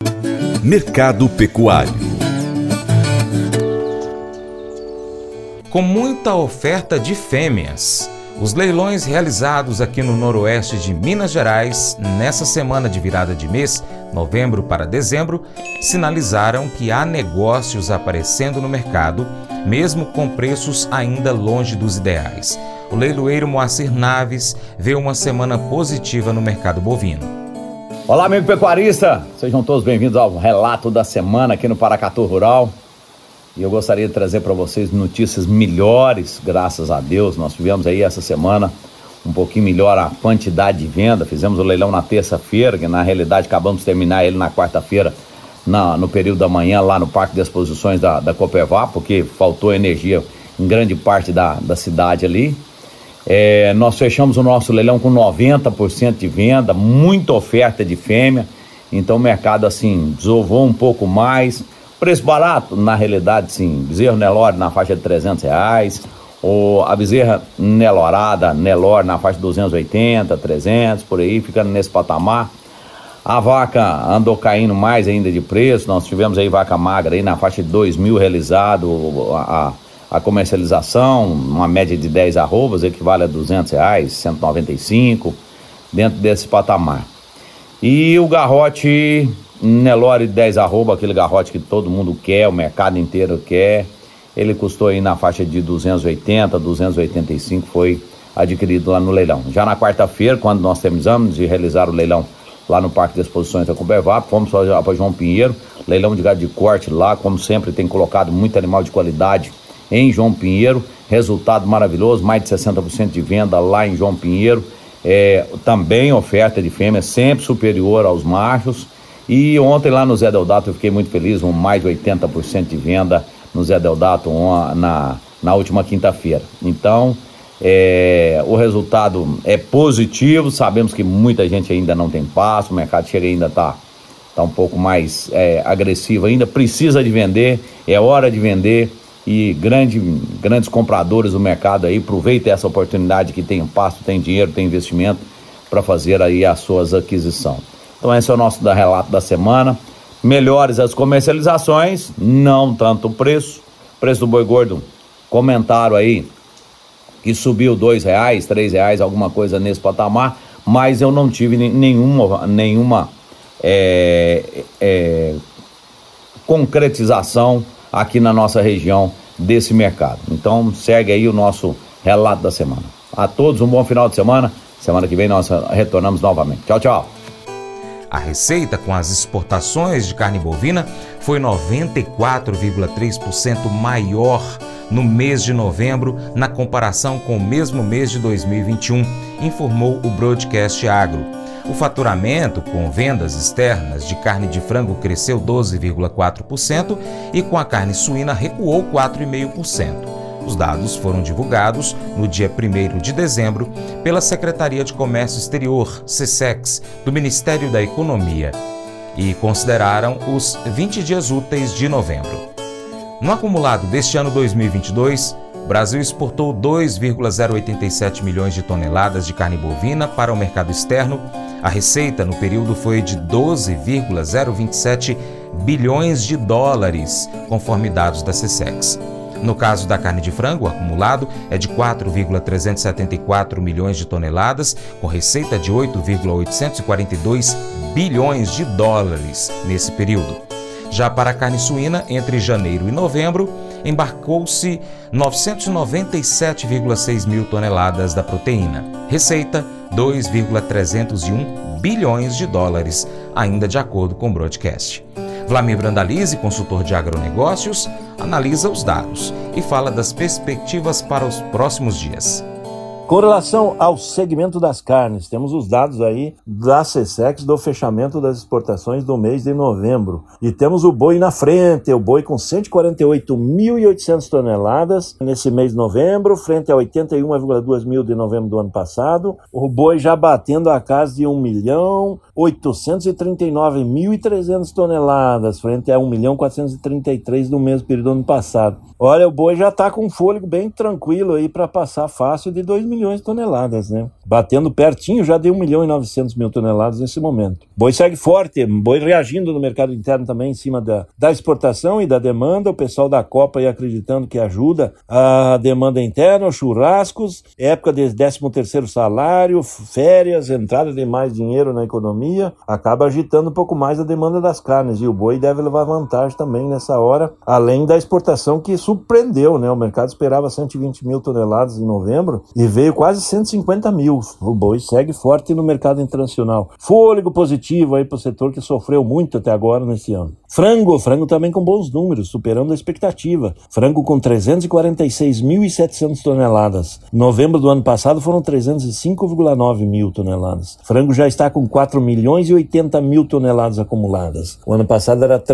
Mercado Pecuário. Com muita oferta de fêmeas, os leilões realizados aqui no noroeste de Minas Gerais, nessa semana de virada de mês, novembro para dezembro, sinalizaram que há negócios aparecendo no mercado, mesmo com preços ainda longe dos ideais. O leiloeiro Moacir Naves vê uma semana positiva no mercado bovino. Olá, amigo pecuarista! Sejam todos bem-vindos ao relato da semana aqui no Paracatu Rural. E eu gostaria de trazer para vocês notícias melhores, graças a Deus. Nós tivemos aí essa semana um pouquinho melhor a quantidade de venda. Fizemos o leilão na terça-feira, que na realidade acabamos de terminar ele na quarta-feira, no período da manhã, lá no Parque de Exposições da Copevap, porque faltou energia em grande parte da cidade ali. Nós fechamos o nosso leilão com 90% de venda, muita oferta de fêmea. Então o mercado assim desovou um pouco mais. Preço barato, na realidade, sim. Bezerro Nelore na faixa de R$300, ou a bezerra Nelorada, Nelore na faixa de 280, 300, por aí, ficando nesse patamar. A vaca andou caindo mais ainda de preço. Nós tivemos aí vaca magra aí na faixa de 2.000 realizado a comercialização, uma média de 10 arrobas, equivale a R$200, 195, dentro desse patamar. E o garrote Nelore 10 arroba, aquele garrote que todo mundo quer, o mercado inteiro quer, ele custou aí na faixa de 280, 285, foi adquirido lá no leilão. Já na quarta-feira, quando nós terminamos de realizar o leilão lá no Parque de Exposições da Copevap, fomos para João Pinheiro, leilão de gado de corte lá, como sempre tem colocado muito animal de qualidade em João Pinheiro, resultado maravilhoso, mais de 60% de venda lá em João Pinheiro, também oferta de fêmea sempre superior aos machos. E ontem lá no Zé Deodato eu fiquei muito feliz, com mais de 80% de venda no Zé Deodato na última quinta-feira. Então, o resultado é positivo, sabemos que muita gente ainda não tem passo, o mercado chega ainda está um pouco mais agressivo ainda, precisa de vender, é hora de vender e grandes compradores do mercado aí, aproveitem essa oportunidade que tem passo, tem dinheiro, tem investimento para fazer aí as suas aquisições. Então esse é o nosso relato da semana. Melhores as comercializações, não tanto o preço. Preço do boi gordo, comentaram aí que subiu R$2, R$3, alguma coisa nesse patamar, mas eu não tive nenhuma concretização aqui na nossa região desse mercado. Então segue aí o nosso relato da semana. A todos um bom final de semana. Semana que vem nós retornamos novamente. Tchau, tchau. A receita com as exportações de carne bovina foi 94,3% maior no mês de novembro na comparação com o mesmo mês de 2021, informou o Broadcast Agro. O faturamento com vendas externas de carne de frango cresceu 12,4% e com a carne suína recuou 4,5%. Os dados foram divulgados no dia 1º de dezembro pela Secretaria de Comércio Exterior, SECEX, do Ministério da Economia, e consideraram os 20 dias úteis de novembro. No acumulado deste ano 2022, o Brasil exportou 2,087 milhões de toneladas de carne bovina para o mercado externo. A receita no período foi de 12,027 bilhões de dólares, conforme dados da SECEX. No caso da carne de frango, o acumulado é de 4,374 milhões de toneladas, com receita de 8,842 bilhões de dólares nesse período. Já para a carne suína, entre janeiro e novembro, embarcou-se 997,6 mil toneladas da proteína. Receita, 2,301 bilhões de dólares, ainda de acordo com o Broadcast. Vlamir Brandalize, consultor de agronegócios, analisa os dados e fala das perspectivas para os próximos dias. Com relação ao segmento das carnes, temos os dados aí da SECEX do fechamento das exportações do mês de novembro. E temos o boi na frente, o boi com 148.800 toneladas nesse mês de novembro, frente a 81,2 mil de novembro do ano passado. O boi já batendo a casa de 1.839.300 toneladas, frente a 1.433 do mesmo período do ano passado. Olha, o boi já está com um fôlego bem tranquilo aí para passar fácil de 2 milhões milhões de toneladas, né? Batendo pertinho já de 1.900.000 toneladas nesse momento. Boi segue forte, boi reagindo no mercado interno também em cima da exportação e da demanda. O pessoal da Copa aí acreditando que ajuda a demanda interna, os churrascos, época de 13º salário, férias, entrada de mais dinheiro na economia, acaba agitando um pouco mais a demanda das carnes. E o boi deve levar vantagem também nessa hora, além da exportação que surpreendeu, né? O mercado esperava 120.000 toneladas em novembro e veio quase 150.000. O boi segue forte no mercado internacional. Fôlego positivo aí para o setor que sofreu muito até agora nesse ano. Frango também com bons números, superando a expectativa. Frango com 346.700 toneladas. Novembro do ano passado foram 305,9 mil toneladas. Frango já está com 4.080.000 toneladas acumuladas. O ano passado era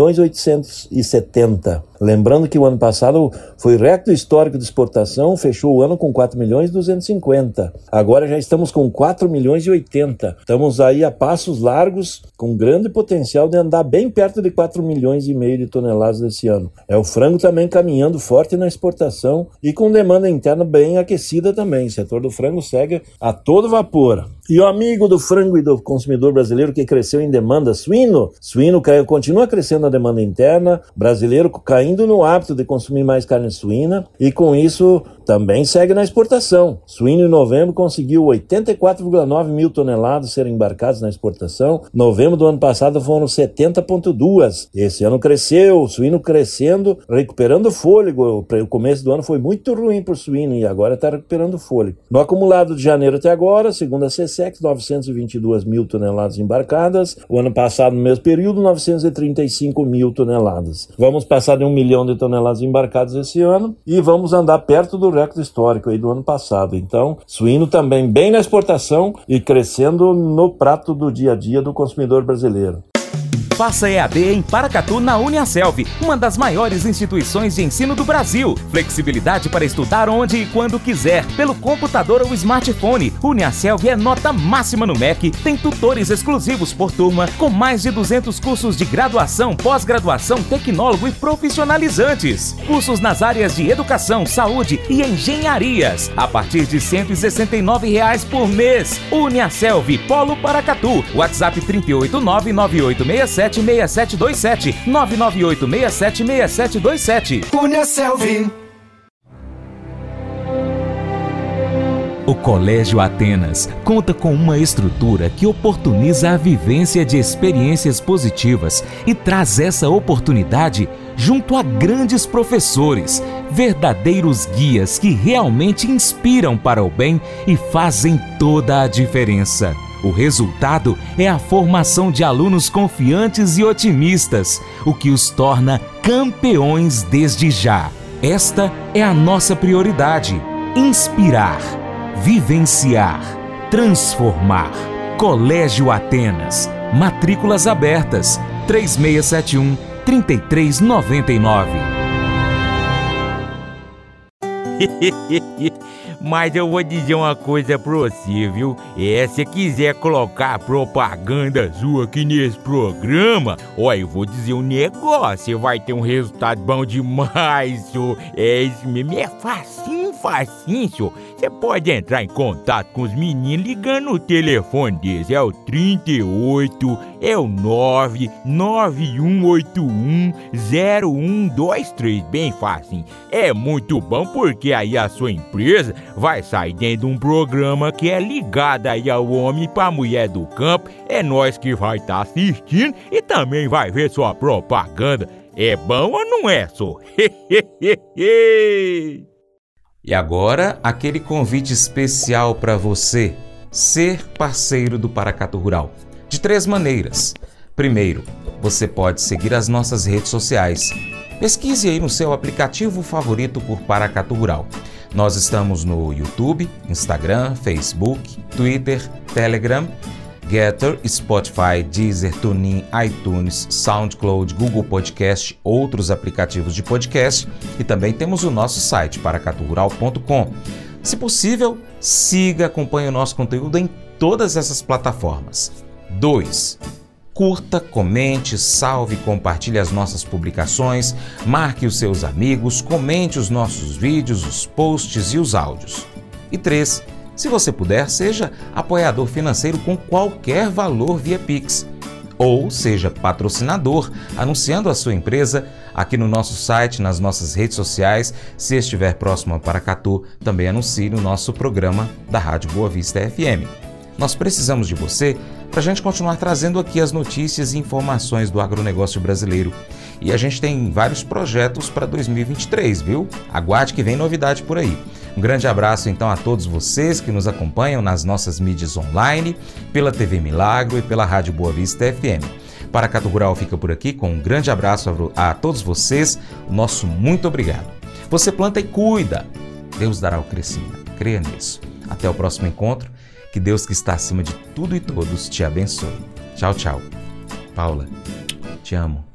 3.870. Lembrando que o ano passado foi recorde histórico de exportação, fechou o ano com 4.250. Agora já estamos com 4.080. Estamos aí a passos largos, com grande potencial de andar bem perto de 4,5 milhões de toneladas desse ano. É o frango também caminhando forte na exportação e com demanda interna bem aquecida também. O setor do frango segue a todo vapor. E o amigo do frango e do consumidor brasileiro que cresceu em demanda, suíno continua crescendo a demanda interna, brasileiro caindo no hábito de consumir mais carne suína e com isso também segue na exportação. Suíno em novembro conseguiu 84,9 mil toneladas serem embarcadas na exportação. Novembro do ano passado foram 70,2. Esse ano cresceu, o suíno crescendo, recuperando fôlego. O começo do ano foi muito ruim para o suíno e agora está recuperando fôlego. No acumulado de janeiro até agora, segundo a CSEX, 922 mil toneladas embarcadas. O ano passado, no mesmo período, 935 mil toneladas. Vamos passar de 1 milhão de toneladas embarcadas esse ano e vamos andar perto do recorde histórico aí do ano passado. Então, suíno também bem na exportação e crescendo no prato do dia a dia do consumidor brasileiro. Faça EAD em Paracatu na Uniaselv, uma das maiores instituições de ensino do Brasil. Flexibilidade para estudar onde e quando quiser, pelo computador ou smartphone. Uniaselv é nota máxima no MEC, tem tutores exclusivos por turma, com mais de 200 cursos de graduação, pós-graduação, tecnólogo e profissionalizantes. Cursos nas áreas de educação, saúde e engenharias, a partir de R$ 169,00 por mês. Uniaselv, Polo Paracatu, WhatsApp 38998676727, 998676727. Uniaselv. O Colégio Atenas conta com uma estrutura que oportuniza a vivência de experiências positivas e traz essa oportunidade junto a grandes professores, verdadeiros guias que realmente inspiram para o bem e fazem toda a diferença. O resultado é a formação de alunos confiantes e otimistas, o que os torna campeões desde já. Esta é a nossa prioridade: inspirar, vivenciar, transformar. Colégio Atenas. Matrículas abertas. 3671-3399. Mas eu vou dizer uma coisa pra você, viu? Se quiser colocar propaganda sua aqui nesse programa, eu vou dizer um negócio, você vai ter um resultado bom demais, senhor. Isso mesmo, é facinho, senhor. Você pode entrar em contato com os meninos ligando no telefone deles, é o 38, é o 991810123, bem facinho. É muito bom porque aí a sua empresa vai sair dentro de um programa que é ligado aí ao homem para a mulher do campo. É nós que vai estar assistindo e também vai ver sua propaganda. É bom ou não é, só? E agora, aquele convite especial para você ser parceiro do Paracatu Rural. De 3 maneiras. Primeiro, você pode seguir as nossas redes sociais. Pesquise aí no seu aplicativo favorito por Paracatu Rural. Nós estamos no YouTube, Instagram, Facebook, Twitter, Telegram, Getter, Spotify, Deezer, TuneIn, iTunes, SoundCloud, Google Podcast, outros aplicativos de podcast e também temos o nosso site, paracaturural.com. Se possível, siga, acompanhe o nosso conteúdo em todas essas plataformas. 2. Curta, comente, salve, compartilhe as nossas publicações, marque os seus amigos, comente os nossos vídeos, os posts e os áudios. E 3. Se você puder, seja apoiador financeiro com qualquer valor via Pix. Ou seja patrocinador, anunciando a sua empresa aqui no nosso site, nas nossas redes sociais. Se estiver próximo a Paracatu, também anuncie no nosso programa da Rádio Boa Vista FM. Nós precisamos de você para a gente continuar trazendo aqui as notícias e informações do agronegócio brasileiro. E a gente tem vários projetos para 2023, viu? Aguarde que vem novidade por aí. Um grande abraço então a todos vocês que nos acompanham nas nossas mídias online, pela TV Milagro e pela Rádio Boa Vista FM. Paracatu Rural fica por aqui com um grande abraço a todos vocês, o nosso muito obrigado. Você planta e cuida, Deus dará o crescimento, creia nisso. Até o próximo encontro, que Deus que está acima de tudo e todos te abençoe. Tchau, tchau. Paula, te amo.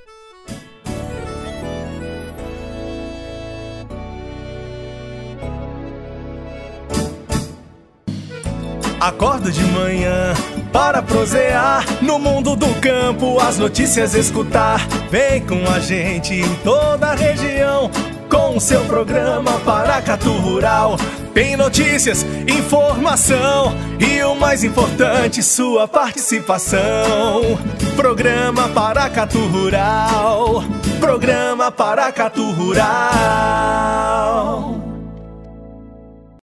Acordo de manhã para prosear no mundo do campo, as notícias escutar. Vem com a gente em toda a região com o seu programa Paracatu Rural. Tem notícias, informação e o mais importante, sua participação. Programa Paracatu Rural. Programa Paracatu Rural.